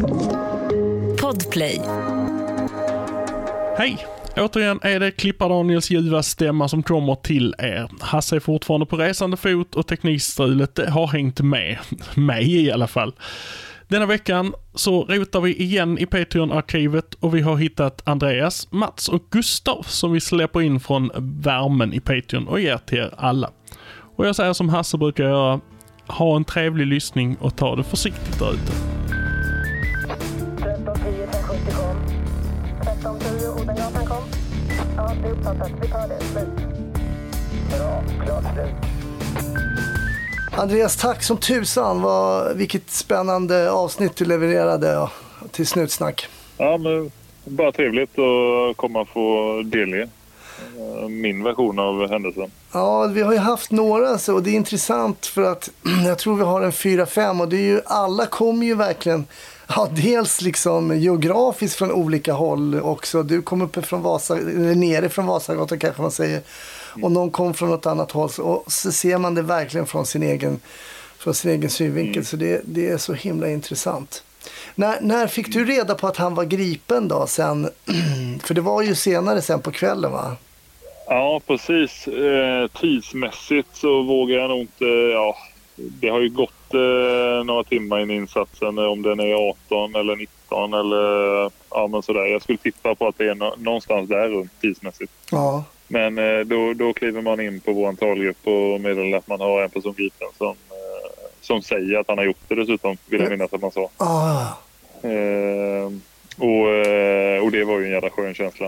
Podplay. Hej! Återigen är det Klippa Daniels ljuva stämma som kommer till er. Hasse är fortfarande på resande fot och teknikstrulet har hängt med. Mig i alla fall. Denna veckan så rotar vi igen i Patreon-arkivet och vi har hittat Andreas, Mats och Gustav som vi släpper in från värmen i Patreon och ger till er alla. Och jag säger som Hasse brukar göra, ha en trevlig lyssning och ta det försiktigt där ute. 1310 1070 kom. 1310 Odengatan kom. Ja, det är uppfattat. Vi tar det. Slut. Bra, klart slut. Andreas, tack som tusan. Vilket spännande avsnitt du levererade till Snutsnack. Ja, men bara trevligt att komma och få delge min version av händelsen. Ja, vi har ju haft några och det är intressant för att jag tror vi har en 4-5 och det är ju, alla kommer ju verkligen, ja, dels liksom geografiskt från olika håll också. Du kom uppe från Vasa, eller nere från Vasagatan kanske man säger, och någon kom från något annat håll och så ser man det verkligen från sin egen synvinkel, så det är så himla intressant. När fick du reda på att han var gripen då sen? För det var ju senare sen på kvällen, va? Ja, precis. Tidsmässigt så vågar jag nog inte... Ja, det har ju gått några timmar in i insatsen, om den är 18 eller 19 eller... Ja, men sådär. Jag skulle tippa på att det är någonstans där runt tidsmässigt. Ja. Men då kliver man in på vår talgrupp och meddelar att man har en person gripen som säger att han har gjort det dessutom, vill jag minnas att man sa. Och det var ju en jävla skön känsla.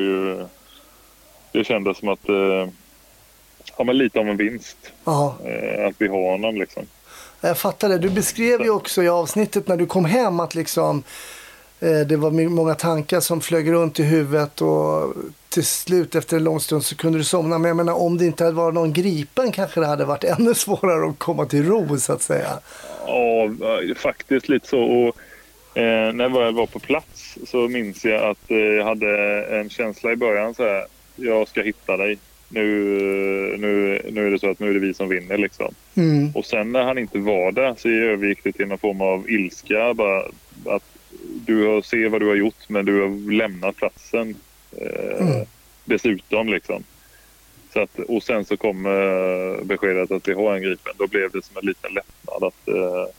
Det kändes som att men lite av en vinst. Att vi har honom liksom. Jag fattar det. Du beskrev ju också i avsnittet när du kom hem att liksom det var många tankar som flög runt i huvudet och till slut efter en lång stund så kunde du somna. Men jag menar, om det inte hade varit någon gripen kanske det hade varit ännu svårare att komma till ro, så att säga. Ja, faktiskt lite så. Och när jag väl var på plats så minns jag att jag hade en känsla i början så här: jag ska hitta dig. Nu är det så att nu är det vi som vinner liksom. Och sen när han inte var där så övergick det till någon form av ilska, bara att du ser vad du har gjort men du har lämnat platsen dessutom liksom. Så att, och sen så kom beskedet att vi har en gripen. Då blev det som en liten lättnad att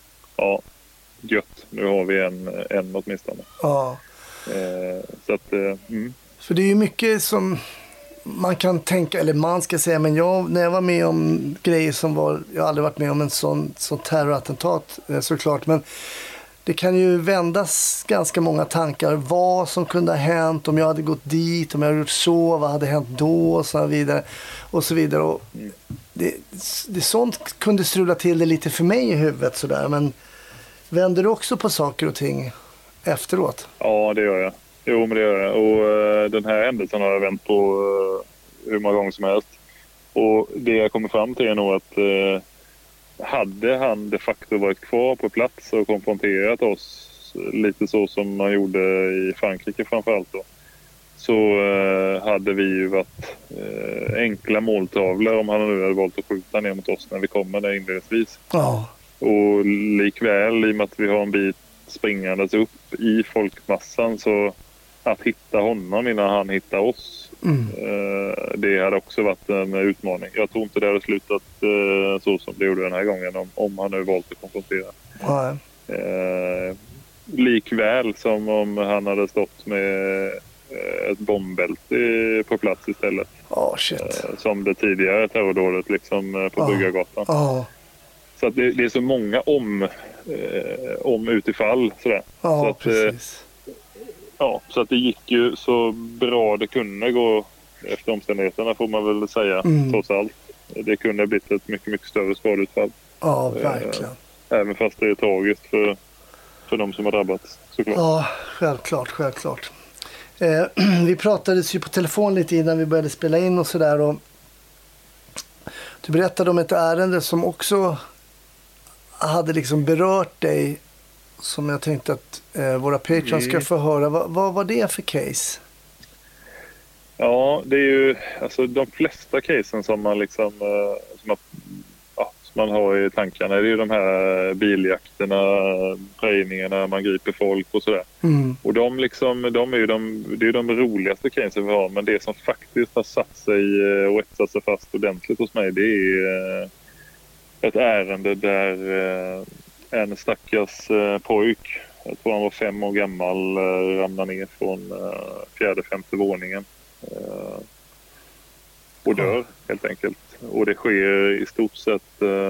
gött, nu har vi en åtminstone. Ja. Så att För det är ju mycket som man kan tänka, eller man ska säga, men när jag var med om grejer som jag har aldrig varit med om en sån terrorattentat såklart, men det kan ju vändas ganska många tankar vad som kunde ha hänt om jag hade gått dit, om jag hade gjort så, vad hade hänt då och så vidare och så vidare. Och det sånt kunde strula till det lite för mig i huvudet sådär, men vänder du också på saker och ting efteråt? Ja, det gör jag. Jo, men det gör jag. Och den här händelsen har jag vänt på hur många gånger som helst. Och det jag kommer fram till är nog att hade han de facto varit kvar på plats och konfronterat oss lite så som man gjorde i Frankrike framförallt då, så hade vi ju varit enkla måltavlor om han nu hade valt att skjuta ner mot oss när vi kommer där inledningsvis. Ja. Och likväl, i och med att vi har en bit springandes upp i folkmassan, så att hitta honom innan han hittar oss, det hade också varit en utmaning. Jag tror inte det hade slutat så som det gjorde den här gången om han nu valt att konfrontera. Likväl som om han hade stått med ett bombbälte på plats istället. Som det tidigare terrordådet liksom på Bryggargatan. Så att det är så många om utifall sådär. Så att, precis. Så att det gick ju så bra det kunde gå efter omständigheterna, får man väl säga, trots allt. Det kunde ha blivit ett mycket, mycket större skadeutfall. Ja, verkligen. Även fast det är tragiskt för de som har drabbats, såklart. Ja, självklart. Vi pratades ju på telefon lite innan vi började spela in och sådär, och du berättade om ett ärende som också hade liksom berört dig, som jag tänkte att våra Patreons ska få höra. Vad var det för case? Ja, det är ju alltså de flesta casen som man liksom man har i tankarna. Det är de här biljakterna, prejningarna, man griper folk och sådär. Och de är ju de roligaste casen vi har, men det som faktiskt har satt sig och etsat sig fast ordentligt hos mig, det är ett ärende där en stackars pojk, jag tror han var 5 år gammal, ramlade ner från 4:e-5:e våningen och dör helt enkelt. Och det sker i stort sett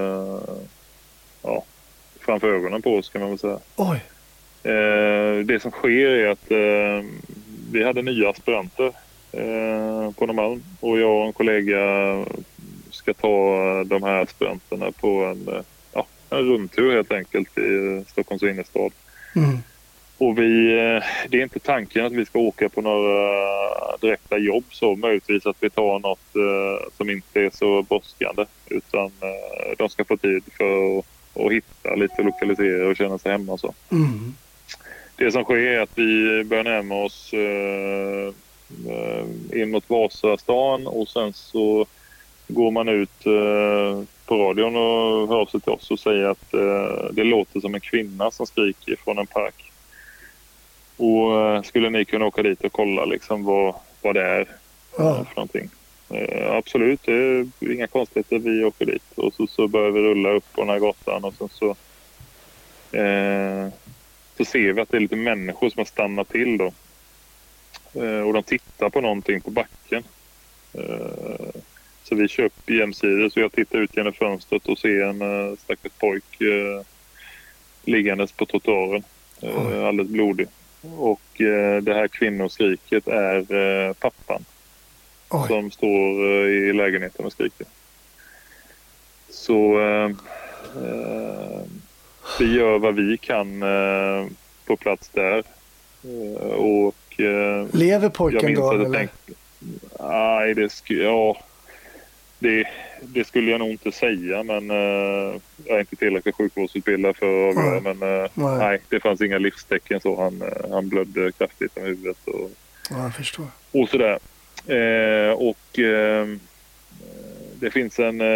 framför ögonen på oss, kan man väl säga. Oj. Det som sker är att vi hade nya aspiranter på Norrmalm, och jag och en kollega ska ta de här aspiranterna på en rundtur helt enkelt i Stockholms innerstad. Och det är inte tanken att vi ska åka på några direkta jobb, så möjligtvis att vi tar något som inte är så brådskande, utan de ska få tid för att hitta lite, lokalisera och känna sig hemma och så. Det som sker är att vi börjar närma oss in mot Vasastan, och sen så går man ut på radion och hör sig till oss och säger att det låter som en kvinna som skriker från en park. Och skulle ni kunna åka dit och kolla liksom vad det är för någonting? Absolut, det är inga konstigheter, vi åker dit. Och så börjar vi rulla upp på den här gatan, och sen så ser vi att det är lite människor som har stannat till då. Och de tittar på någonting på backen. Så vi kör upp jämsides, så jag tittar ut genom fönstret och ser en stackars pojk liggandes på trottoaren, alldeles blodig. Och det här kvinnoskriket är pappan som står i lägenheten och skriker. Så vi gör vad vi kan på plats där. Och lever pojken då? Eller? Nej, det skulle jag nog inte säga, men jag är inte tillräckligt sjukvårdsutbildad för att avgöra, men nej, det fanns inga livstecken så. Han blödde kraftigt om huvudet och, jag förstår. Och sådär. Det finns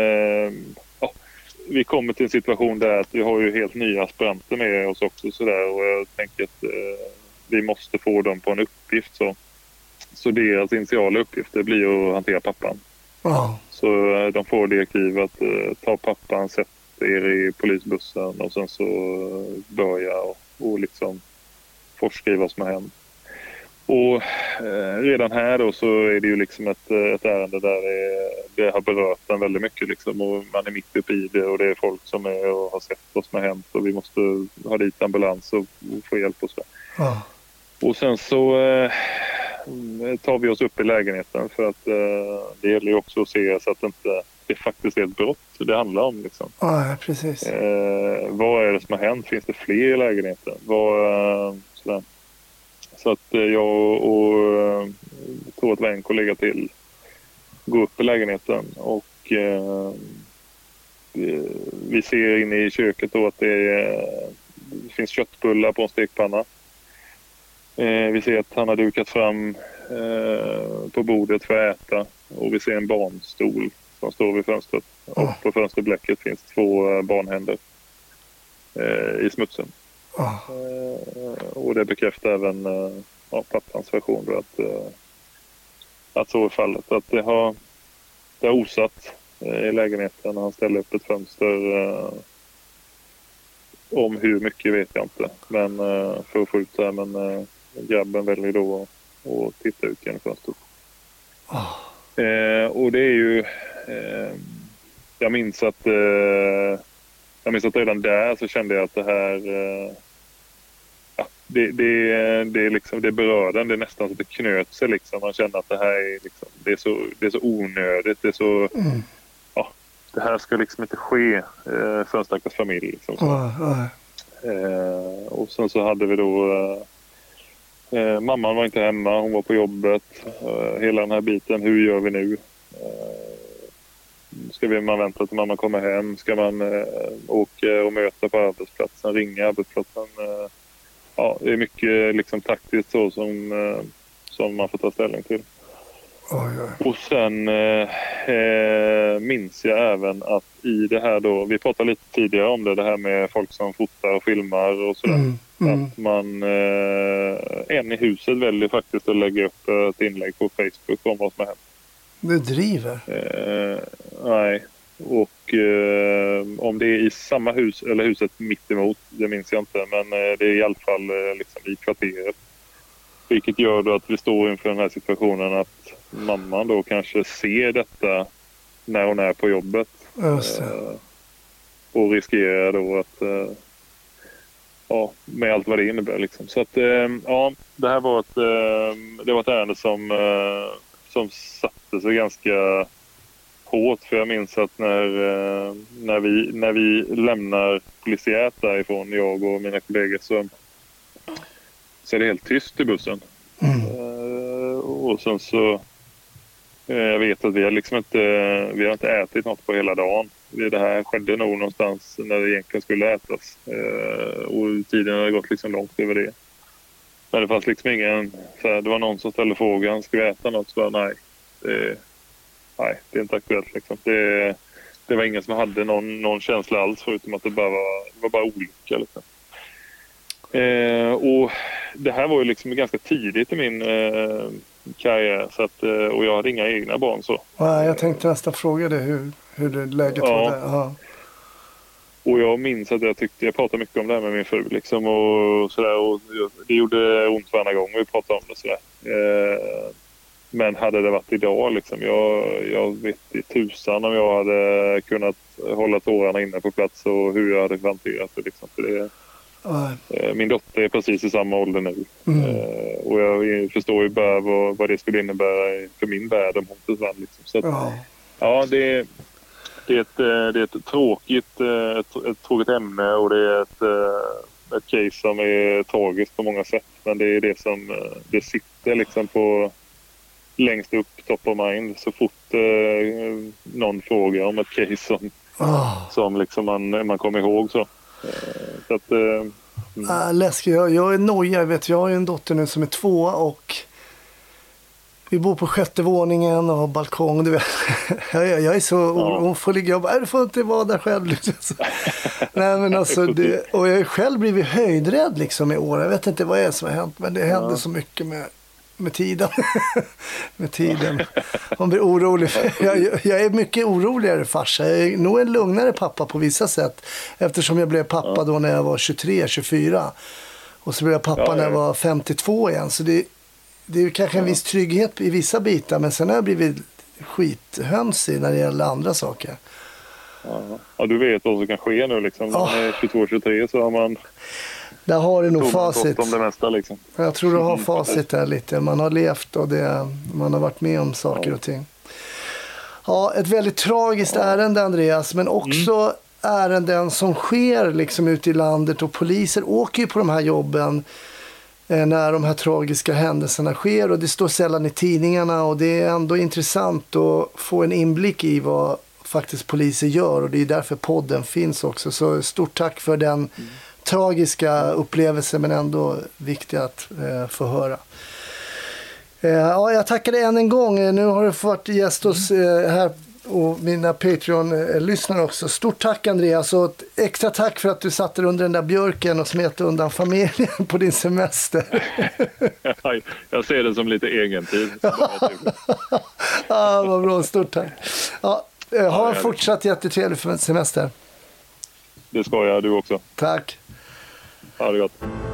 vi kommer till en situation där att vi har ju helt nya aspiranter med oss också sådär, och jag tänker att vi måste få dem på en uppgift så deras initiala uppgift det blir att hantera pappan. Så de får direktiv att ta pappan, sätta er i polisbussen och sen så börja och liksom forska vad som har hänt. Och redan här då så är det ju liksom ett ärende där det har berört den väldigt mycket liksom, och man är mitt uppe i det, och det är folk som är och har sett vad som har hänt, och vi måste ha dit ambulans och få hjälp och så. Och sen så tar vi oss upp i lägenheten, för att det gäller ju också att se så att det faktiskt är ett brott det handlar om liksom. Ja, precis. Vad är det som har hänt? Finns det fler i lägenheten? Sådär. Så att jag och tror att det var en kollega till går upp i lägenheten, och vi ser inne i köket då att det finns köttbullar på en stekpanna. Vi ser att han har dukat fram på bordet för att äta, och vi ser en barnstol som står vid fönstret. Och på fönsterblecket finns 2 barnhänder i smutsen. Och det bekräftar även pappans version då, att så är fallet. Att det har osat i lägenheten. Han ställer upp ett fönster. Om hur mycket vet jag inte. Men för att få ut det här. Men grabben väljer då att titta ut genom fönstret. Och det är ju... Jag minns att redan där så kände jag att det här... Det är liksom, det berör den. Det är nästan så att det knöt sig liksom. Man känner att det här är liksom, det är så onödigt. Det är så... det här ska liksom inte ske för en stackars familj liksom. Och sen så hade vi då mamman var inte hemma, hon var på jobbet. Hela den här biten, hur gör vi nu? Ska man vänta till mamma kommer hem? Ska man åka och möta på arbetsplatsen, ringa arbetsplatsen? Det är mycket liksom taktiskt så som man får ta ställning till. Och sen minns jag även att i det här då, vi pratade lite tidigare om det här med folk som fotar och filmar och sådär. Att man, en i huset väljer faktiskt att lägga upp ett inlägg på Facebook om vad som har hänt. Du driver? Nej. Och om det är i samma hus eller huset mitt emot, det minns jag inte. Men det är i alla fall liksom i kvarteret. Vilket gör då att vi står inför den här situationen att mamman då kanske ser detta när hon är på jobbet. Och riskerar då att med allt vad det innebär liksom. Så att det här var ett ärende som satte sig ganska hårt, för jag minns att när vi lämnar polisiärt därifrån, jag och mina kollegor, så är det helt tyst i bussen. Och sen så jag vet att vi har inte ätit något på hela dagen. Det här skedde nog någonstans när det egentligen skulle ätas. Och tiden hade gått liksom långt över det. Men det fanns liksom ingen... det var någon som ställde frågan, ska vi äta något? Så nej, det är inte aktuellt. Liksom. Det var ingen som hade någon känsla alls, förutom att det var bara olycka. Liksom. Och det här var ju liksom ganska tidigt i min karriär, så att, och jag hade inga egna barn så. Ja, jag tänkte nästan fråga dig hur det läget var där. Ja. Och jag minns att jag pratade mycket om det här med min fru liksom, och sådär, och det gjorde ont varje gång vi pratade om det sådär. Men hade det varit idag liksom, jag vet i tusan om jag hade kunnat hålla tårarna inne på plats och hur jag hade hanterat det liksom. För det min dotter är precis i samma ålder nu. Och jag förstår ju bara vad det skulle innebära för min värld om hon försvann. Liksom. Så att, det är ett tråkigt ämne, och det är ett case som är tragiskt på många sätt. Men det är det som det sitter liksom på längst upp, top of mind, så fort någon frågar om ett case som liksom man kommer ihåg så. Så att, läskigt. Jag är nojig. Jag har ju en dotter nu som är 2 och vi bor på 6:e våningen och har balkong. Du vet. Jag är så hon får ligga och bara, du får inte vara där själv. Nej, men alltså, och jag har själv blivit höjdrädd liksom i år. Jag vet inte vad det är som har hänt, men det händer så mycket med tiden. Med tiden. Man blir orolig. Jag är mycket oroligare farsa. Jag är nog en lugnare pappa på vissa sätt. Eftersom jag blev pappa då när jag var 23-24. Och så blev jag pappa när jag var 52 igen. Så det är ju kanske en viss trygghet i vissa bitar. Men sen har jag blivit skithönsig när det gäller andra saker. Ja, du vet vad som kan ske nu liksom. När man är 22-23 så har man... Där har du nog facit. Om det mesta, liksom. Jag tror du har facit där lite. Man har levt och man har varit med om saker och ting. Ja, ett väldigt tragiskt ärende, Andreas. Men också ärenden som sker liksom ute i landet. Och poliser åker ju på de här jobben när de här tragiska händelserna sker. Och det står sällan i tidningarna. Och det är ändå intressant att få en inblick i vad faktiskt poliser gör. Och det är därför podden finns också. Så stort tack för den tragiska upplevelser, men ändå viktigt att få höra. Jag tackar dig än en gång. Nu har du fått gäst hos här och mina Patreon-lyssnare också. Stort tack, Andreas, och ett extra tack för att du satt under den där björken och smet undan familjen på din semester. Jag ser det som lite egentid. Vad bra, stort tack. Ha en fortsatt jättetrevlig semester. Det ska jag, du också. Tack. Ha det gott.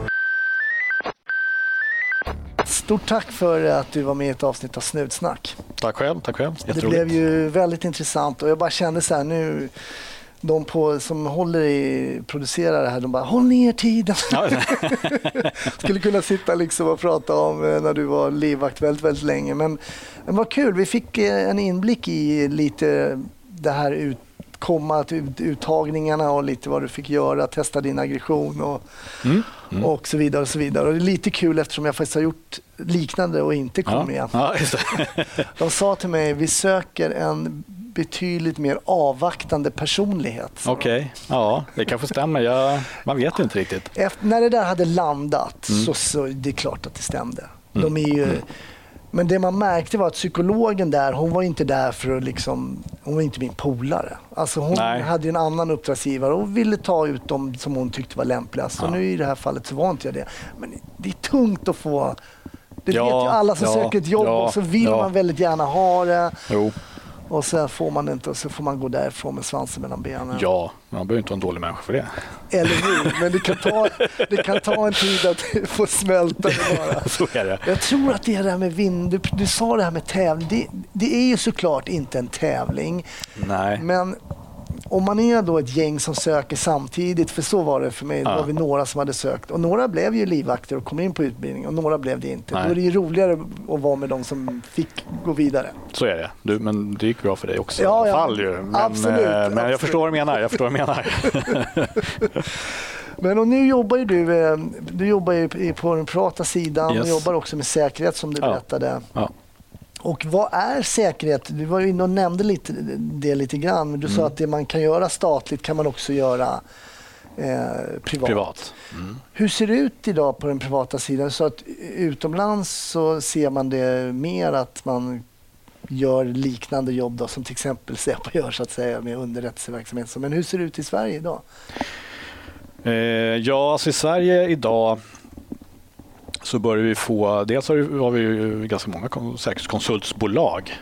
Stort tack för att du var med i ett avsnitt av Snutsnack. Tack själv. Det blev ju väldigt intressant och jag bara kände så här nu, de som producerar det här, de bara, håll ner tiden. Skulle kunna sitta liksom och prata om när du var livvakt väldigt, väldigt länge. Men vad kul, vi fick en inblick i lite det här uttagningarna och lite vad du fick göra, testa din aggression och så vidare och så vidare. Och det är lite kul eftersom jag faktiskt har gjort liknande och inte kom igen. Ja, just det. De sa till mig, vi söker en betydligt mer avvaktande personlighet. Okej. Ja, det kanske stämmer. Man vet ju inte riktigt. När det där hade landat så det är klart att det stämde. De är ju Men det man märkte var att psykologen där, hon var inte där för att liksom, hon var inte min polare. Alltså hon hade en annan uppdragsgivare och ville ta ut dem som hon tyckte var lämpligast. Så nu i det här fallet så var inte jag det. Men det är tungt att få, det vet ju alla som söker ett jobb och så vill man väldigt gärna ha det. Jo. Och så får man inte och så får man gå därifrån med svansen mellan benen. Ja, man behöver inte vara en dålig människa för det. Eller hur? Men det kan ta en tid att få smälta det bara. Så är det. Jag tror att det är det här med vind. Du sa det här med tävling. Det är ju såklart inte en tävling. Nej. Men om man är då ett gäng som söker samtidigt, för så var det för mig, då var vi några som hade sökt. Och några blev ju livvakter och kom in på utbildning och några blev det inte. Nej. Då är det ju roligare att vara med de som fick gå vidare. Så är det. Men det gick bra för dig också. Ja, I alla fall ju. Men, absolut. Men jag förstår vad du menar. Men och nu jobbar ju du jobbar ju på den privata sidan och jobbar också med säkerhet som du berättade. Ja. Och vad är säkerhet? Du var ju inne och nämnde lite grann, men du sa att det man kan göra statligt kan man också göra privat. Hur ser det ut idag på den privata sidan? Så att utomlands så ser man det mer att man gör liknande jobb då, som till exempel Säpo gör så att säga med underrättelseverksamhet. Men hur ser det ut i Sverige idag? Alltså i Sverige idag så börjar vi få, dels har vi ju ganska många säkerhetskonsultsbolag.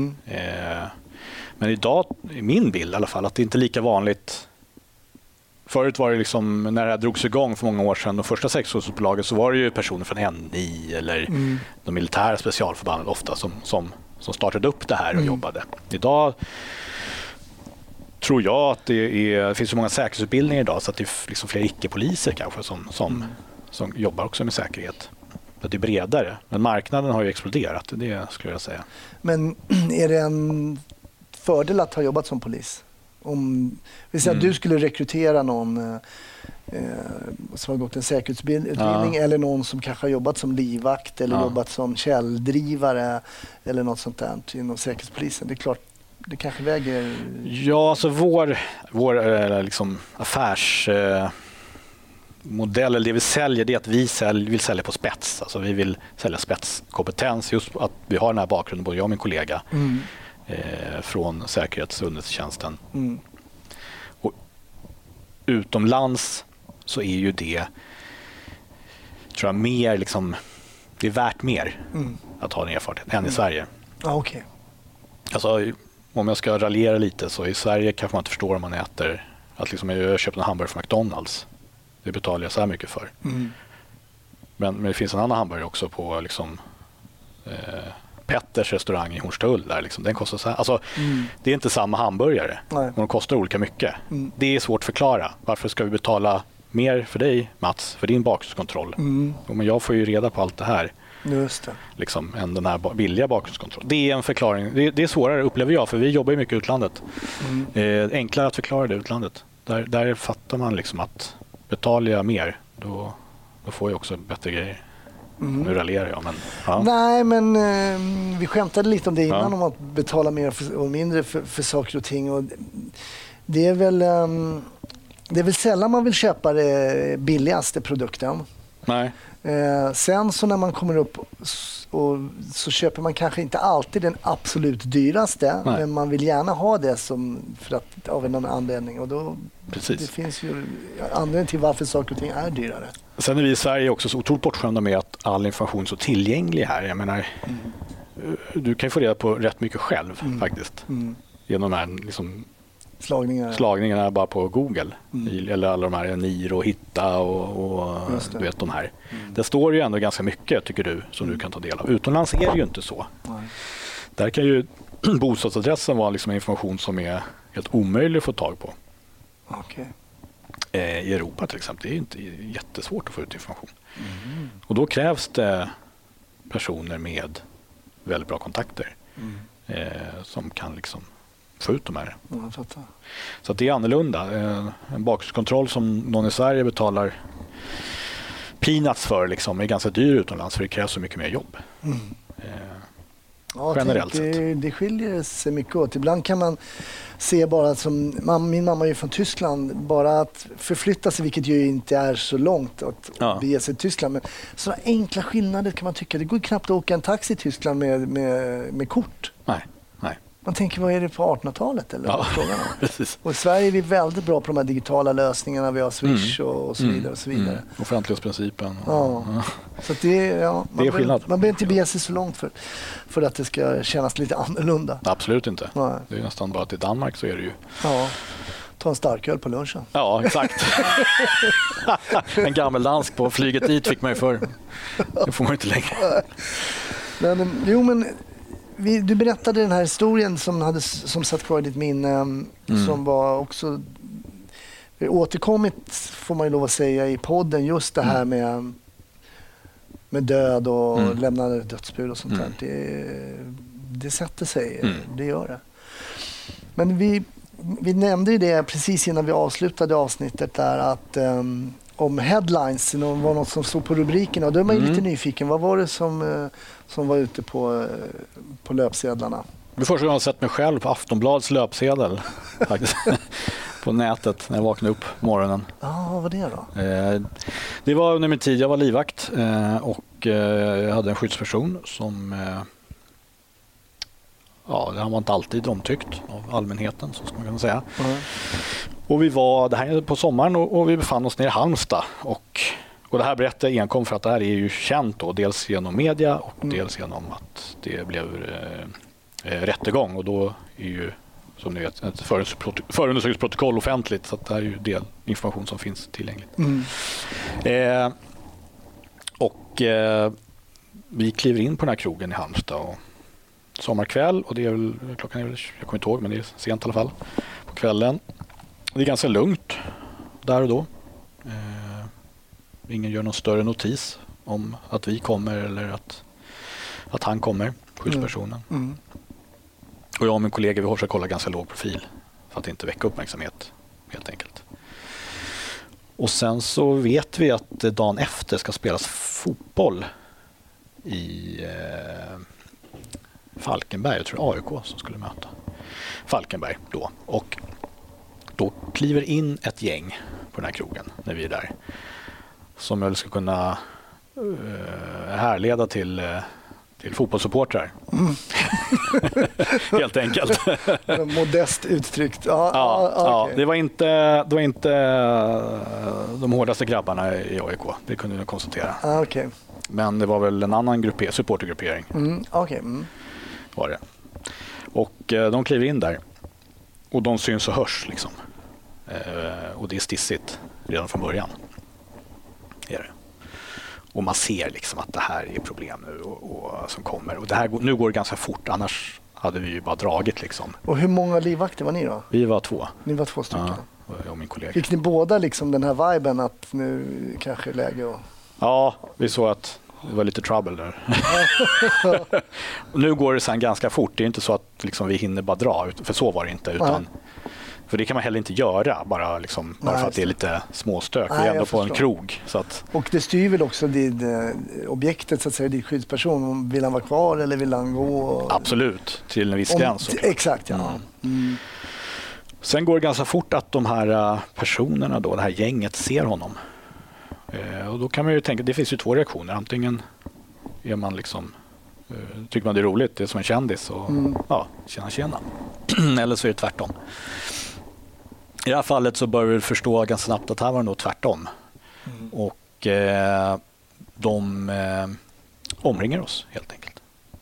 Men idag, i min bild i alla fall, att det inte är lika vanligt. Förut var det liksom, när det här drogs igång för många år sedan, de första säkerhetskonsultbolagen, så var det ju personer från NI eller de militära specialförbanden ofta som startade upp det här och jobbade. Idag tror jag att det finns så många säkerhetsutbildningar idag så att det är liksom fler icke-poliser kanske som jobbar också med säkerhet. Så det är bredare. Men marknaden har ju exploderat, det skulle jag säga. Men är det en fördel att ha jobbat som polis? Om vi säger att du skulle rekrytera någon som har gått en säkerhetsutbildning eller någon som kanske har jobbat som livvakt eller jobbat som källdrivare eller något sånt där inom säkerhetspolisen. Det är klart, det kanske väger... Ja, alltså vår liksom affärsmodell, eller det vi säljer, det är att vi vill sälja på spets. Alltså vi vill sälja spetskompetens, just att vi har den här bakgrunden, både jag och min kollega, från säkerhetsunderrättelsetjänsten. Och utomlands så är ju det, tror jag, mer liksom, det är värt mer att ha den erfarenheten än i Sverige. Okay. Alltså, om jag ska raljera lite, så i Sverige kanske man inte förstår om man äter, att liksom jag köper en hamburgare från McDonalds. Det betalar jag så här mycket för. Men det finns en annan hamburgare också på liksom, Petters restaurang i Hornstull där liksom, den kostar så här. Alltså, det är inte samma hamburgare. Nej. Och de kostar olika mycket. Det är svårt att förklara. Varför ska vi betala mer för dig, Mats, för din bakgrundskontroll? Men jag får ju reda på allt det här. Just det. Liksom, än den här billiga bakgrundskontrollen. Det är en förklaring. Det är svårare, upplever jag, för vi jobbar ju mycket i utlandet. Enklare att förklara det i utlandet. Där fattar man liksom att betalar jag mer, då får jag också bättre grejer. Nu raljerar jag, men... Ja. Nej, men vi skämtade lite om det innan, om att betala mer och mindre för saker och ting. Och det är väl sällan man vill köpa det billigaste produkten. Nej. Sen så när man kommer upp och så köper man kanske inte alltid den absolut dyraste. Nej. Men man vill gärna ha det för att, av någon anledning. Och då, precis. Det finns ju anledning till varför saker och ting är dyrare. Sen är vi i Sverige också så otroligt bortskämda med att all information är så tillgänglig här. Jag menar, du kan ju få reda på rätt mycket själv faktiskt. Genom de här liksom, slagningarna bara på Google. Eller alla de här NIR och Hitta och du vet de här. Det står ju ändå ganska mycket, tycker du, som du kan ta del av. Utomlands är det ju inte så. Nej. Där kan ju bostadsadressen vara liksom information som är helt omöjlig att få tag på. Okay. I Europa till exempel, det är inte jättesvårt att få ut information. Och då krävs det personer med väldigt bra kontakter som kan liksom få ut de här. Så att det är annorlunda. En bakgrundskontroll som någon i Sverige betalar peanuts för liksom, är ganska dyr utomlands, för det krävs så mycket mer jobb. Ja, generellt sett. Det skiljer sig mycket åt. Ibland kan man se bara som, min mamma är ju från Tyskland, bara att förflytta sig, vilket ju inte är så långt att bege sig till Tyskland. Men sådana enkla skillnader kan man tycka. Det går knappt att åka en taxi i Tyskland med kort. Nej. Man tänker, vad är det på 1800-talet? Eller frågan om? Precis. Och i Sverige är vi väldigt bra på de här digitala lösningarna. Vi har Swish och så vidare. Och så vidare. Offentlighetsprincipen. Ja. Så att det är skillnad. Man behöver inte bege sig så långt för att det ska kännas lite annorlunda. Absolut inte. Nej. Det är nästan bara att i Danmark så är det ju... Ja, ta en starköl på lunchen. Ja, exakt. En gammeldansk på flyget dit fick man ju förr. Det får man inte längre. Men du berättade den här historien som satt kvar i ditt minne, som var också återkommit, får man ju lov att säga, i podden, just det här med död och lämnade dödsbud och sånt där. Det sätter sig, det gör det. Men vi nämnde ju det precis innan vi avslutade avsnittet där, att om headlines, det var något som stod på rubrikerna, och då är man ju lite nyfiken. Vad var det som var ute på löpsedlarna? Det var första gången jag sett mig själv på Aftonbladets löpsedel faktiskt, på nätet när jag vaknade upp på morgonen. Vad var det då? Det var under min tid, jag var livvakt och jag hade en skyddsperson som han var inte alltid omtyckt av allmänheten, så ska man kunna säga. Och det här är på sommaren, och vi befann oss nere i Halmstad, och det här berättar jag enkom för att det här är ju känt då, dels genom media och dels genom att det blev rättegång, och då är ju, som ni vet, ett förundersökningsprotokoll offentligt, så att det här är ju del information som finns tillgängligt. Vi kliver in på den här krogen i Halmstad, och sommarkväll, och det är väl, klockan är väl, jag kommer inte ihåg, men det är sent i alla fall på kvällen. Det är ganska lugnt där och då. Ingen gör någon större notis om att vi kommer eller att han kommer, skyddspersonen. Och jag och min kollega, vi försöker kolla ganska låg profil för att inte väcka uppmärksamhet, helt enkelt. Och sen så vet vi att dagen efter ska spelas fotboll i Falkenberg. Jag tror AIK som skulle möta Falkenberg då. Och då kliver in ett gäng på den här krogen när vi är där, som jag ska kunna härleda till fotbollssupportrar. Helt enkelt. Modest uttryckt. Okay. Det var inte de hårdaste grabbarna i AIK, det kunde jag konstatera. Okay. Men det var väl en annan supportergruppering. Var det. Och de kliver in där, och de syns och hörs liksom. Och det är stissigt redan från början. Är det. Och man ser liksom att det här är problem nu och som kommer. Och det här, nu går det ganska fort, annars hade vi ju bara dragit liksom. Och hur många livvakter var ni då? Vi var 2. Ni var 2 stycken? Ja, jag och min kollega. Fick ni båda liksom den här viben att nu kanske är läge och... Ja, vi såg att det var lite trouble där. Och nu går det sen ganska fort. Det är inte så att liksom vi hinner bara dra, för så var det inte. Utan, för det kan man heller inte göra bara för att det är lite småstök. Vi är ändå på en krog. Så att... Och det styr väl också objektet, så att säga, din skyddsperson. Vill han vara kvar eller vill han gå? Absolut, till en viss gräns. Exakt, ja. Sen går det ganska fort att de här personerna då, det här gänget, ser honom. Och då kan man ju tänka, det finns ju 2 reaktioner. Antingen är man liksom, tycker man det är roligt, det är som en kändis och tjena. Eller så är det tvärtom. I det här fallet så bör vi förstå ganska snabbt att här var det nog tvärtom. Och de omringar oss helt enkelt.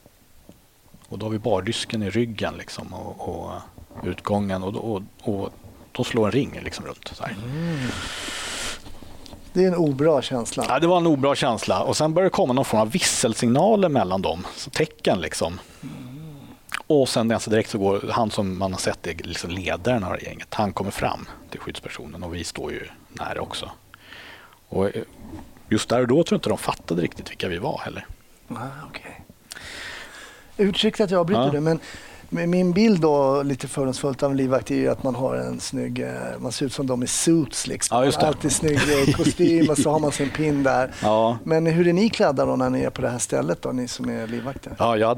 Och då har vi bardysken i ryggen liksom, och utgången, och de slår en ring liksom runt så här. Det är en obra känsla. Ja, det var en obra känsla. Och sen började det komma någon form av visselsignaler mellan dem. Så tecken liksom. Och sen ganska direkt så går han som man har sett är liksom ledaren av gänget. Han kommer fram till skyddspersonen, och vi står ju nära också. Och just där och då tror jag inte de fattade riktigt vilka vi var heller. Okay. Ursäkta att jag avbryter det, men Min bild då, lite fördomsfullt av en livvakt, är ju att man har en snygg, man ser ut som de i suits liksom. Ja, just det. Alltid snygg kostym och så har man sin pin där. Ja. Men hur är ni klädda då när ni är på det här stället då, ni som är livvakter? Ja, jag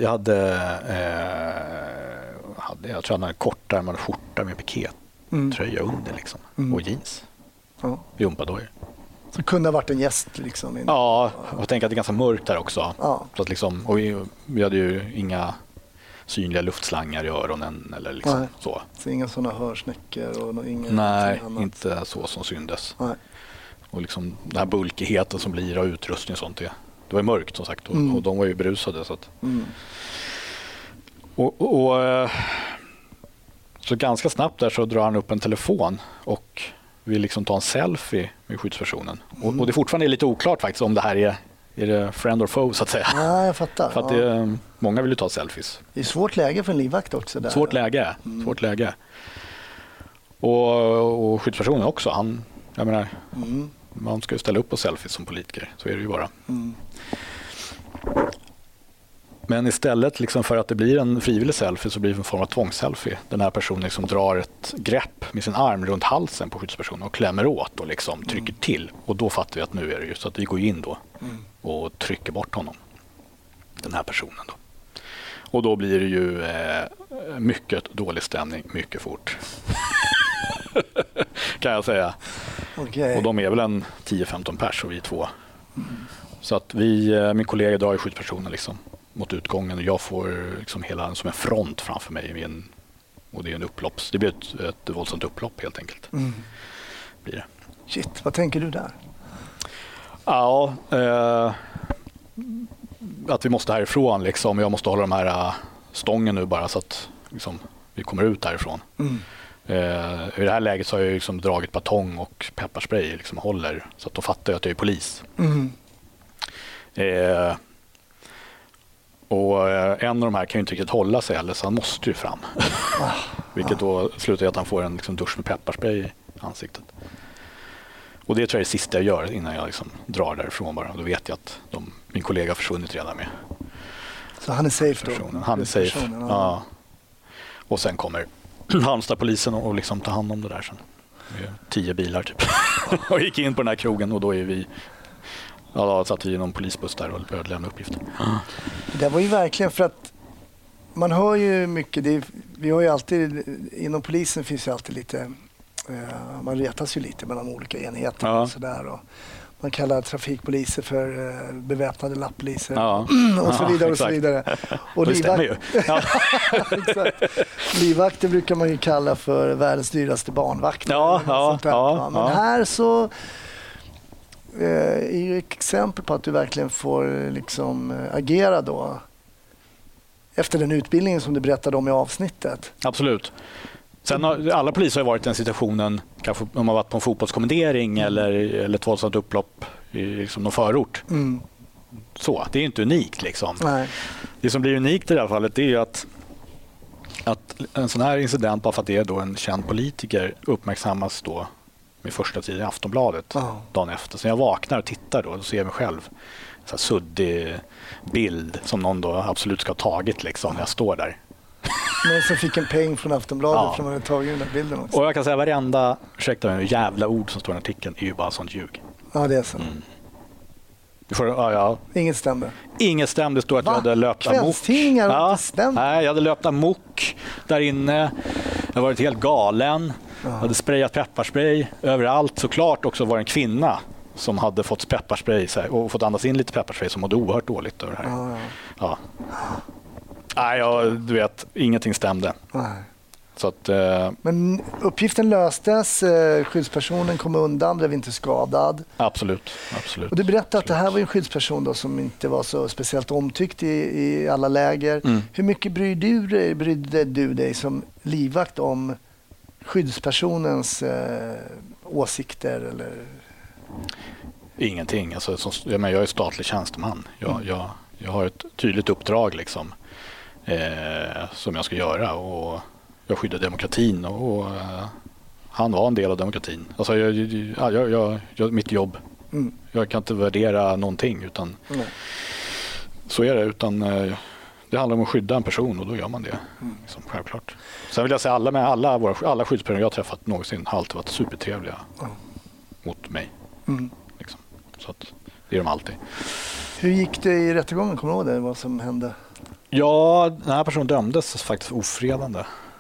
tror jag hade en kortärmad skjorta med pikétröja under liksom. Och jeans. Ja. Gympadojor. Så kunde ha varit en gäst liksom. Ja, jag tänker att det är ganska mörkt där också. Ja. Så att liksom, och vi hade ju inga synliga luftslangar i öronen eller liksom så. Så inga sådana hörsnäckor och inga. Nej, inte så som syndes. Nej. Och liksom den här bulkigheten som blir av utrustning och sånt. Det var ju mörkt som sagt och de var ju berusade. Så att. Så ganska snabbt där så drar han upp en telefon och vill liksom ta en selfie med skyddspersonen. Och det är fortfarande lite oklart faktiskt om det här är det friend or foe så att säga. Ja, jag fattar. För att många vill ju ta selfies. Det är svårt läge för en livvakt också. Där. Svårt läge. Och skyddspersonen också. Jag menar, man ska ju ställa upp på selfies som politiker. Så är det ju bara. Men istället liksom för att det blir en frivillig selfie så blir det en form av tvångsselfie. Den här personen liksom drar ett grepp med sin arm runt halsen på skyddspersonen och klämmer åt och liksom trycker till. Och då fattar vi att nu är det ju så att vi går in då och trycker bort honom. Den här personen då. Och då blir det ju mycket dålig stämning mycket fort. Kan jag säga. Okay. Och de är väl en 10-15 pers och vi är 2. Så att min kollega drar ju skyddspersonen liksom mot utgången och jag får liksom hela som en front framför mig och det är det blir ett våldsamt upplopp helt enkelt. Blir det. Shit, vad tänker du där? Ja, att vi måste härifrån liksom. Jag måste hålla de här stången nu bara så att liksom, vi kommer ut därifrån. I det här läget så har jag liksom dragit batong och pepparspray liksom håller så att de fattar att jag är polis. Och en av de här kan ju inte riktigt hålla sig eller så han måste ju fram. Vilket då slutar i att han får en liksom dusch med pepparspray i ansiktet. Och det tror jag är det sista jag gör innan jag liksom drar därifrån bara. Då vet jag att min kollega har försvunnit redan med. Så han är safe då? Han är safe, ja. Och sen kommer Halmstad-polisen och liksom tar hand om det där sen. 10 bilar typ. Och gick in på den här krogen och då är vi... Ja, då satt vi i någon polisbuss där och började lämna uppgifter. Det var ju verkligen för att man hör ju mycket, vi har ju alltid, inom polisen finns ju alltid lite, man retas ju lite mellan olika enheter och sådär. Och man kallar trafikpoliser för beväpnade lapppoliser och så vidare och så vidare. Och det stämmer ju. Livvakter brukar man ju kalla för världens dyraste barnvakt. Men här så är ju ett exempel på att du verkligen får liksom agera då efter den utbildningen som du berättade om i avsnittet. Absolut. Sen har alla poliser har varit i den situationen, kanske om man har varit på en fotbollskommendering eller ett våldsamt upplopp i liksom någon förort. Så, det är inte unikt liksom. Nej. Det som blir unikt i det här fallet är ju att en sån här incident, bara för att det är då en känd politiker, uppmärksammas då med första tiden i Aftonbladet dagen efter. Så jag vaknar och tittar då ser jag mig själv så här suddig bild som någon då absolut ska ha tagit liksom när jag står där. Men så fick en peng från Aftonbladet för man hade tagit den där bilden också. Och jag kan säga varenda jävla ord som står i artikeln är ju bara sånt ljug. Ja, det är så. Inget stämde. Inget stämde. Det står att jag hade löpt amok. Kvällstidningar inte stämde. Nej, jag hade löpt amok där inne. Jag varit helt galen. Jag hade sprayat pepparspray överallt. Såklart också var en kvinna som hade fått pepparspray och fått andas in lite pepparspray som mådde oerhört dåligt över det här. Nej, du vet, ingenting stämde. Nej. Så att, men uppgiften löstes, skyddspersonen kom undan, blev inte skadad. Absolut. Och du berättade att det här var en skyddsperson då, som inte var så speciellt omtyckt i alla läger. Hur mycket brydde du dig som livvakt om skyddspersonens åsikter? Eller? Ingenting. Alltså, jag är statlig tjänsteman. Jag har ett tydligt uppdrag liksom, som jag ska göra och jag skyddar demokratin och han var en del av demokratin. Alltså mitt jobb. Jag kan inte värdera någonting utan så är det. Utan Det handlar om att skydda en person och då gör man det. Liksom, självklart. Sen vill jag säga alla skyddspersoner jag har träffat någonsin har alltid varit supertrevliga mot mig. Liksom. Så att det är de alltid. Hur gick det i rättegången? Kommer du ihåg det? Vad som hände? Ja, den här personen dömdes faktiskt för ofredande.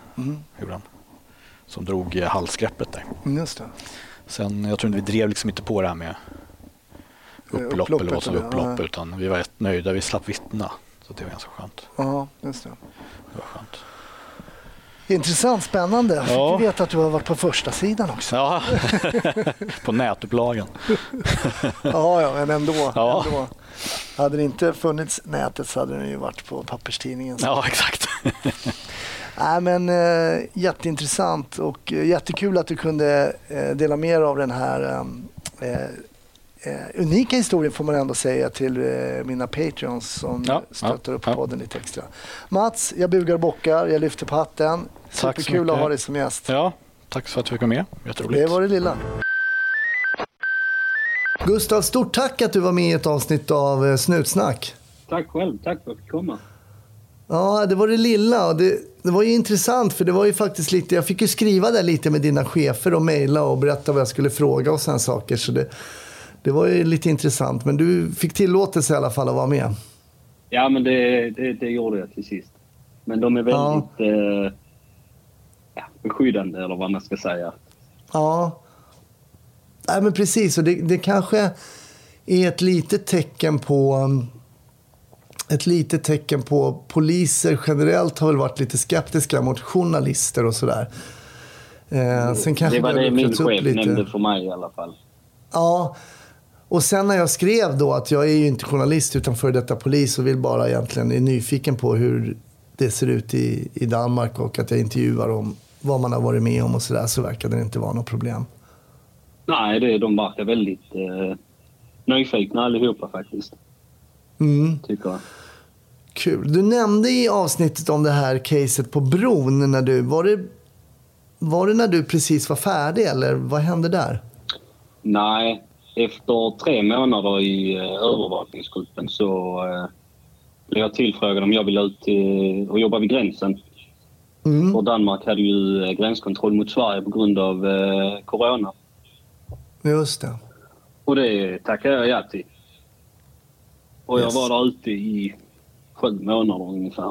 Som drog halsgreppet där. Just det. Sen, jag tror inte vi drev liksom inte på det här med upplopp eller vad som var upplopp, utan vi var rätt nöjda. Vi slapp vittna. Så det var ganska skönt. Ja, just det. Det var skönt. Intressant, spännande. Jag Ja. fick veta att du har varit på första sidan också. Ja, på nätupplagen. Ja, men ändå. Ja. ändå. Hade det inte funnits nätet så hade det ju varit på papperstidningen. Ja, exakt. Nej, men jätteintressant och jättekul att du kunde dela mer av den här unika historien, får man ändå säga, till mina Patreons som stöttar upp podden lite extra. Mats, jag bugar och bockar, jag lyfter på hatten. Superkul att ha dig som gäst. Ja, tack för att du fick vara med. Jätteroligt. Det var det lilla. Gustav, stort tack att du var med i ett avsnitt av Snutsnack. Tack själv, tack för att du kom. Ja, det var det lilla och det var ju intressant för det var ju faktiskt lite, jag fick ju skriva där lite med dina chefer och mejla och berätta vad jag skulle fråga och sådana saker, så det var ju lite intressant, men du fick tillåtelse i alla fall att vara med. Ja, men det gjorde jag till sist. Men de är väldigt beskyddande, eller vad man ska säga. Ja, nej, men precis, och det kanske är ett litet tecken på poliser generellt har väl varit lite skeptiska mot journalister och sådär. Sen kanske det var det min chef lite. nämnde för mig i alla fall. Ja, och sen när jag skrev då att jag är ju inte journalist utan för detta polis och vill bara egentligen är nyfiken på hur det ser ut i Danmark och att jag intervjuar om vad man har varit med om och sådär, så verkar det inte vara något problem. Nej, de verkar väldigt nyfikna allihopa faktiskt. Tycker jag. Kul. Du nämnde i avsnittet om det här caset på bron när du var det när du precis var färdig eller vad hände där? Nej, efter 3 månader i övervakningsgruppen så blev jag tillfrågad om jag ville ut och jobba vid gränsen. Och Danmark hade ju gränskontroll mot Sverige på grund av corona. Just det. Och det tackade jag ja till. Och jag var där ute i 7 månader ungefär.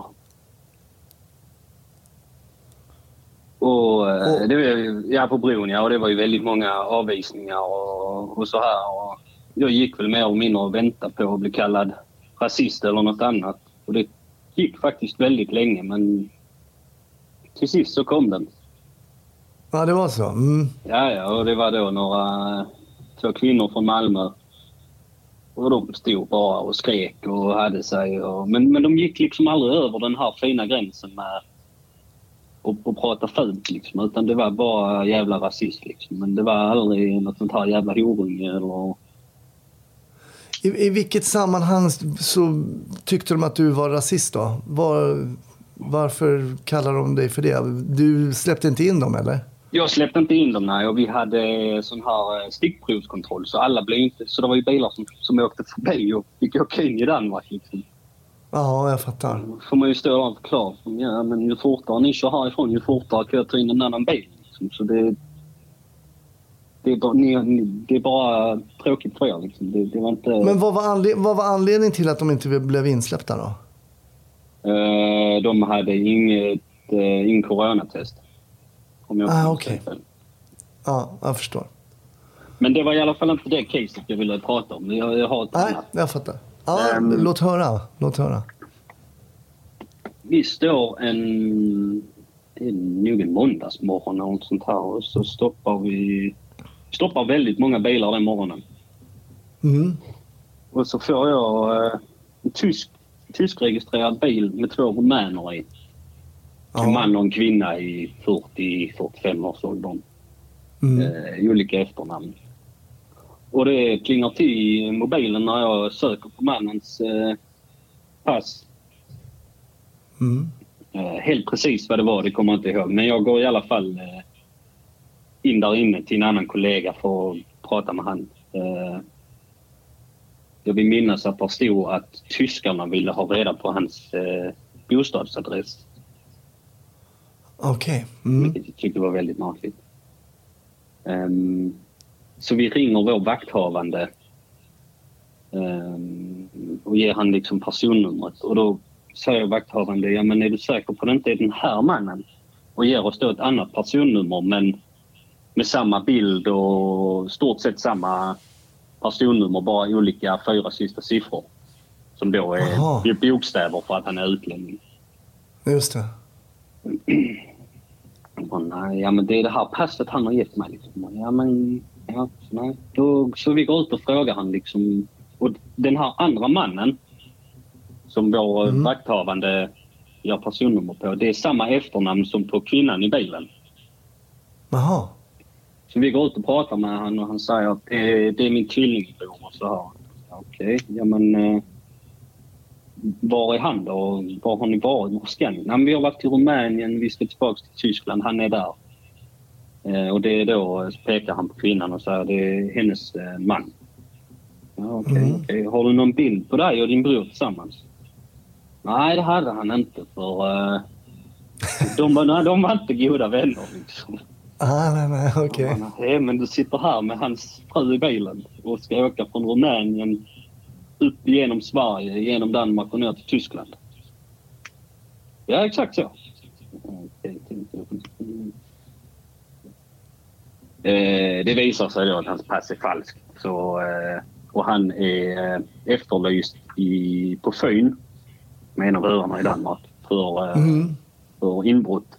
Och det var på bron, och det var ju väldigt många avvisningar och så här. Och jag gick väl mer och mindre och väntade på att bli kallad rasist eller något annat. Och det gick faktiskt väldigt länge, men till sist så kom den. Ja, det var så. Ja, och det var då 2 kvinnor från Malmö. Och de stod bara och skrek och hade sig. Men de gick liksom aldrig över den här fina gränsen med att prata fult liksom. Utan det var bara jävla rasist liksom. Men det var aldrig något sånt här jävla horunge eller... I vilket sammanhang så tyckte de att du var rasist då? Varför kallar de dig för det? Du släppte inte in dem eller? Jag släppte inte in dem, nej. Och vi hade sån här stickprovskontroll. Så alla blev inte... Så det var ju bilar som åkte förbi och fick åka in i Danmark liksom. Ja, jag fattar. Får man ju stå där och förklara. Ja, men ju fortare ni kör härifrån, ju fortare kan jag ta in en annan bil. Liksom. Så det är bara tråkigt för er liksom. Det var inte... Men vad var anledningen till att de inte blev insläppta då? De hade ingen coronatest. Okej. Ja, jag förstår. Men det var i alla fall inte det caset jag ville prata om. Jag har ett annat. Jag fattar. Ja, låt höra. Vi står nog en måndagsmorgon och något sånt här. Och så stoppar väldigt många bilar den morgonen. Och så får jag en tyskregistrerad bil med 2 rumäner i. En man och en kvinna i 40-45 års åldern. Olika efternamn. Och det klingar till i mobilen när jag söker på mannens pass. Helt precis vad det var, det kommer jag inte ihåg. Men jag går i alla fall in där inne till en annan kollega för att prata med han. Jag vill minnas att det stod att tyskarna ville ha reda på hans bostadsadress. Okej. Mm. Vilket jag tyckte var väldigt märkligt. Så vi ringer vår vakthavande och ger han liksom personnumret. Och då säger vakthavande, ja men är du säker på att det inte är den här mannen? Och ger oss då ett annat personnummer men med samma bild och stort sett samma personnummer, bara olika 4 sista siffror. Som då är bokstäver för att han är utlänning. Just det. Nej, ja men det är det här passet han har gett mig liksom. Ja men, ja, nej. Så vi går ut och frågar han liksom. Och den här andra mannen som vår vakthavande gör personnummer på, det är samma efternamn som på kvinnan i bilen. Jaha. Så vi går ut och pratar med han och han säger att det är min tvillingbror och så här. Okej, ja men var är han då? Var har ni varit? Var ska ni? Nej, men vi har varit i Rumänien, vi ska tillbaka till Tyskland, han är där. Och det är då, pekar han på kvinnan och säger det är hennes man. Ja, okej. Har du någon bild på dig och din bror tillsammans? Nej, det hade han inte för de var inte goda vänner liksom. Nej, okej. Ja, men du sitter här med hans fru i bilen och ska åka från Rumänien upp genom Sverige, genom Danmark och ner till Tyskland. Ja, exakt så. Det visar sig då att hans pass är falskt. Så, och han är efterlyst på Fyn med en av öarna i Danmark för inbrott.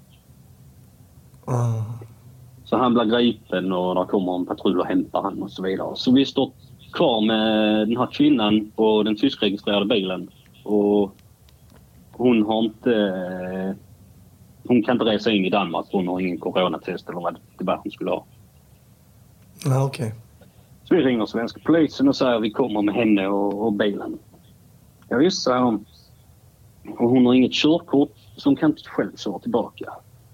Så han blir gripen och där kommer en patrull och hämtar han och så vidare. Så vi står kvar med den här kvinnan och den tyskregistrerade bilen. Och hon kan inte resa in i Danmark. Hon har ingen coronatest eller vad det var hon skulle ha. Ja, okej. Så vi ringer svenska polisen och säger att vi kommer med henne och bilen. Ja visst, säger hon. Och hon har inget körkort så hon kan inte själv köra tillbaka.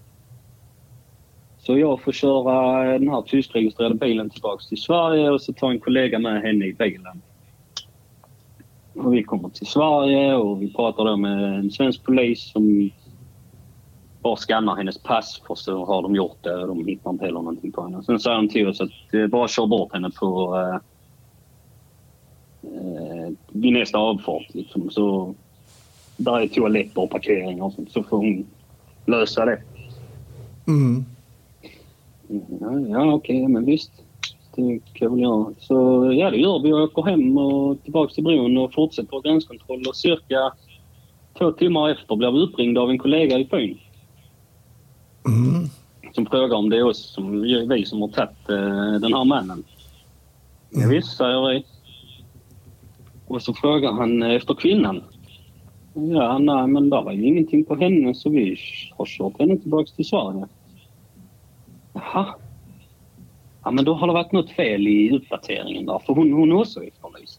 Så jag får köra den här tyskregistrerade bilen tillbaka till Sverige och så tar en kollega med henne i bilen. Och vi kommer till Sverige och vi pratar då med en svensk polis som bara skannar hennes pass för så har de gjort det och de hittar inte heller någonting på henne. Sen säger de till oss att bara kör bort henne på vid nästa avfart liksom. Så där är toaletter och parkeringar och sånt, så får hon lösa det. Ja, okej, men visst. Det kan väl göra. Så ja, det gör vi. Jag åker hem och tillbaka till bron och fortsätter gränskontroll. Och cirka 2 timmar efter blev vi uppringda av en kollega i Fyn. Som frågar om det är oss vi som har tagit den här mannen. Ja, visst, säger vi. Och så frågar han efter kvinnan. Ja, nej, men där var ju ingenting på henne så vi har kört henne tillbaka till Sverige. Jaha. Ja, men då har det varit något fel i uppdateringen där. För hon är också efterlyst.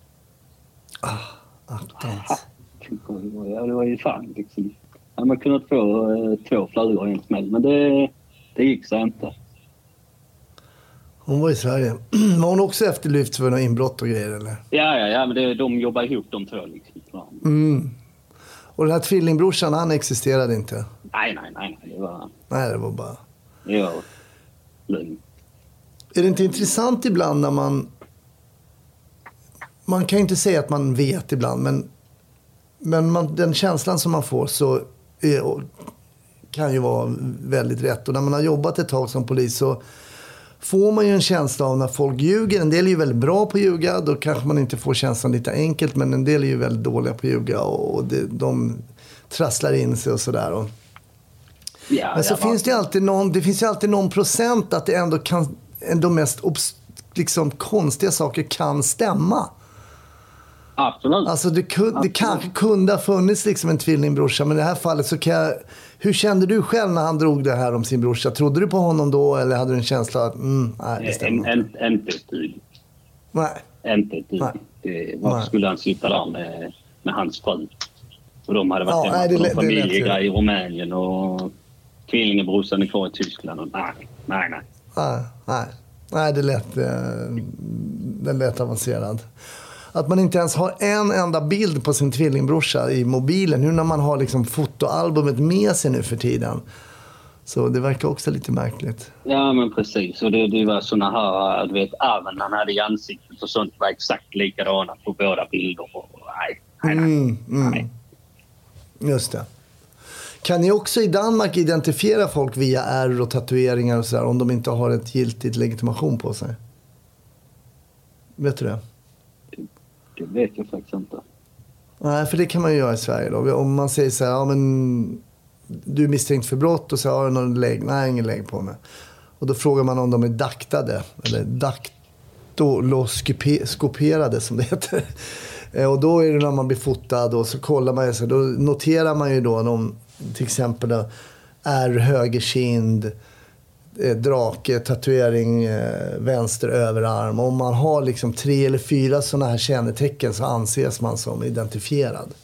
Ja, det var ju fan liksom. Ja, man kunde få 2 flugor i en smäll. Men det gick så inte. Hon var i Sverige. Var hon också efterlyft för några inbrott och grejer eller? Ja, men de jobbar ihop de 2 liksom. Och den här tvillingbrorsan, han existerade inte? Nej. Det var bara... Det var lugn. Är det inte intressant ibland när man kan ju inte säga att man vet ibland, men den känslan som man får så kan ju vara väldigt rätt. Och när man har jobbat ett tag som polis så får man ju en känsla av när folk ljuger. En del är ju väldigt bra på att ljuga, då kanske man inte får känslan lite enkelt, men en del är ju väldigt dåliga på att ljuga och de trasslar in sig och sådär. Men så finns det alltid någon procent att det ändå kan, de mest liksom konstiga saker kan stämma. Absolut. Alltså det kanske kunde ha funnits liksom en tvillingbrorsa, men i det här fallet så kan jag... Hur kände du själv när han drog det här om sin brorsa? Trodde du på honom då eller hade du en känsla att nej, det stämmer inte ett dygn. Nej. Inte ett dygn. Varför skulle han sitta där med hans fru? Och de hade varit hemma på en familjegrej i Rumänien och tvillingbrorsan är kvar i Tyskland. Och nej. Nej, det lät avancerad. Att man inte ens har en enda bild på sin tvillingbrorsa i mobilen. Nu när man har liksom fotoalbumet med sig nu för tiden. Så det verkar också lite märkligt. Ja, men precis. Och det var såna här, du vet, även han hade i ansiktet och sånt var exakt likadana på båda bilder. Och, nej. Just det. Kan ni också i Danmark identifiera folk via ärr och tatueringar och sådär om de inte har ett giltigt legitimation på sig? Vet du det? Det vet jag faktiskt inte. Nej, för det kan man ju göra i Sverige då. Om man säger så här, ja men du är misstänkt för brott och så har du någon lägg. Nej, ingen lägg på mig. Och då frågar man om de är daktade eller daktoloskoperade som det heter. Och då är det när man blir fotad och så kollar man så då noterar man ju då de, till exempel då, är högerkind, drake, tatuering, vänster överarm. Om man har liksom 3 eller 4 sådana här kännetecken så anses man som identifierad.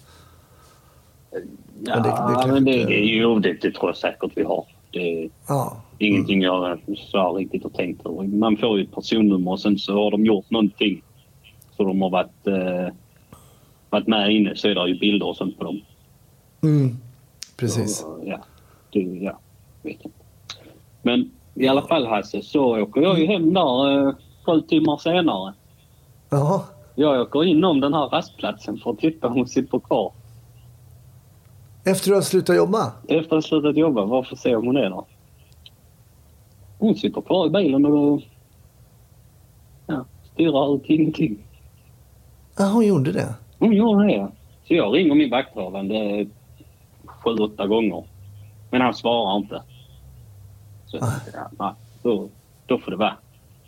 Ja, men det är ju det tror jag säkert vi har. Det är ingenting jag så riktigt har tänkt över. Man får ju ett personnummer och sen så har de gjort någonting så de har varit med inne så är det ju bilder och sånt på dem. Precis. Så, vet inte. Men i alla fall Hasse så åker jag ju hem där 7 timmar senare. Jaha. Jag åker in om den här rastplatsen för att titta om hon sitter kvar. Efter att du har slutat jobba? Efter att ha slutat jobba, varför se om hon är där? Hon sitter kvar i bilen och stirrar ut ingenting. Ja, hon gjorde det? Hon gjorde det. Så jag ringer min vakthavande 7-8 gånger. Men han svarar inte. Så då får det vara.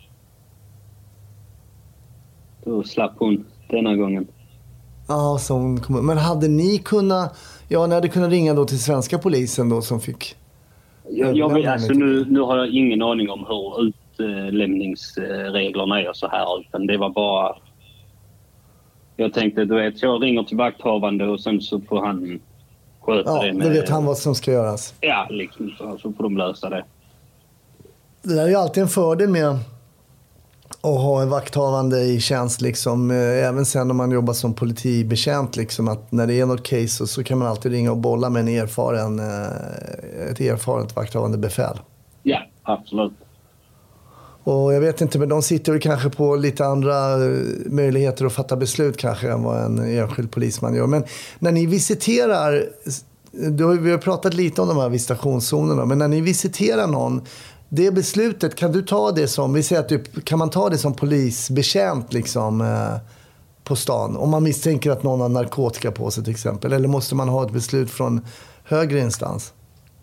Då slapp hon denna gången. Ja, så hon kom. Men hade ni kunnat... Ja, ni hade kunnat ringa då till svenska polisen då som fick... Jag vet, alltså, nu har jag ingen aning om hur utlämningsreglerna är och så här. Utan det var bara... Jag tänkte, du vet, jag ringer till vakthavande och sen så får han sköta det med... Ja, då vet han vad som ska göras. Ja, liksom så får de lösa det. Det där är ju alltid en fördel med att ha en vakthavande i tjänst liksom. Även sen om man jobbar som politibetjänt liksom, att när det är något case så kan man alltid ringa och bolla med ett erfaret vakthavande befäl. Ja, absolut. Och jag vet inte, men de sitter ju kanske på lite andra möjligheter att fatta beslut kanske än vad en enskild polisman gör. Men när ni visiterar, vi har pratat lite om de här visitationszonerna, men när ni visiterar någon, det beslutet, kan du ta det som, vi säger att kan man ta det som polisbetjänt liksom på stan? Om man misstänker att någon har narkotika på sig till exempel, eller måste man ha ett beslut från högre instans?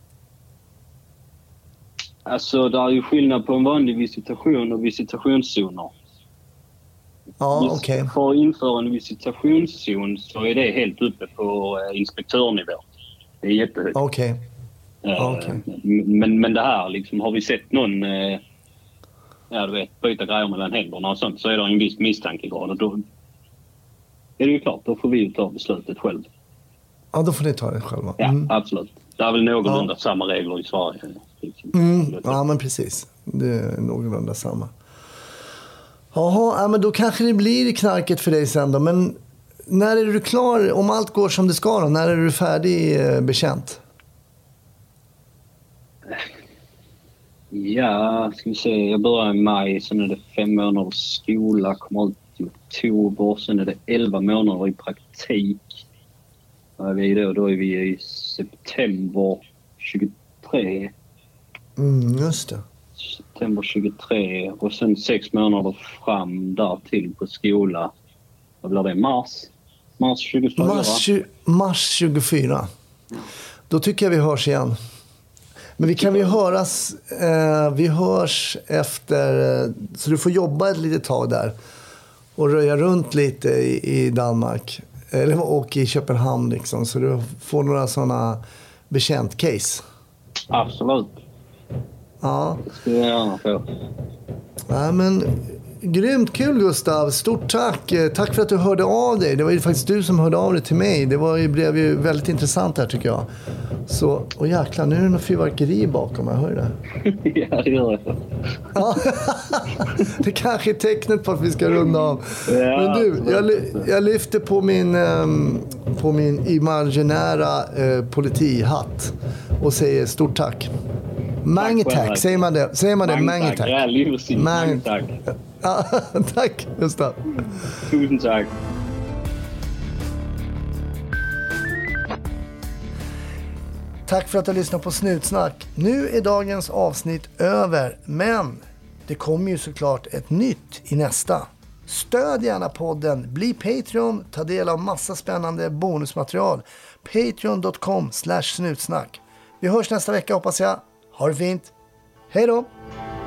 Alltså, det är ju skillnad på en vanlig visitation och visitationszoner. Ja, okej. För att införa en visitationszon så är det helt uppe på inspektörnivå. Det är jättehögt. Okej. Men det här, liksom, har vi sett någon byta grejer mellan händerna och sånt så är det en viss misstankegrad. Och då är det ju klart, då får vi ju ta beslutet själv. Ja, då får ni ta det själva. Ja, absolut. Det är väl någorlunda samma regler i Sverige. Ja, men precis. Det är någorlunda samma. Jaha, men då kanske det blir knarket för dig sen då. Men när är du klar, om allt går som det ska då? När är du färdig bekänt? Ja, ska vi se. Jag börjar i maj, sen är det 5 månader skola, kommer ut i oktober, sen är det 11 månader i praktik. Då är vi i september 23. Just det. September 23 och sen 6 månader fram där till på skola. Vad blir det? Mars 24? Mars 24. Då tycker jag vi hörs igen. Men vi kan ju höras, vi hörs efter, så du får jobba ett litet tag där och röja runt lite i Danmark och i Köpenhamn liksom, så du får några sådana bekänt case. Absolut. Ja. Det ska jag gärna få. Nej, men Grymt kul Gustav, stort tack. Tack för att du hörde av dig. Det var ju faktiskt du som hörde av dig till mig. Det blev ju väldigt intressant här tycker jag. Så, och jäklar, nu är det något fyrverkeri bakom, jag hör det. Ja, det gör jag. Ja. Det kanske är tecknet på att vi ska runda av. Ja, men du, jag lyfter på min imaginära politihatt och säger stort tack. Mange-tack, säger man det? Säger man det? Mange-tack. Ja, Lucy, mange-tack. Ja, tack, Gustav. Tusen tack. Tack för att du lyssnade på Snutsnack. Nu är dagens avsnitt över, men det kommer ju såklart ett nytt i nästa. Stöd gärna podden, bli Patreon, ta del av massa spännande bonusmaterial. Patreon.com/snutsnack. Vi hörs nästa vecka hoppas jag. Ha det fint. Hej då!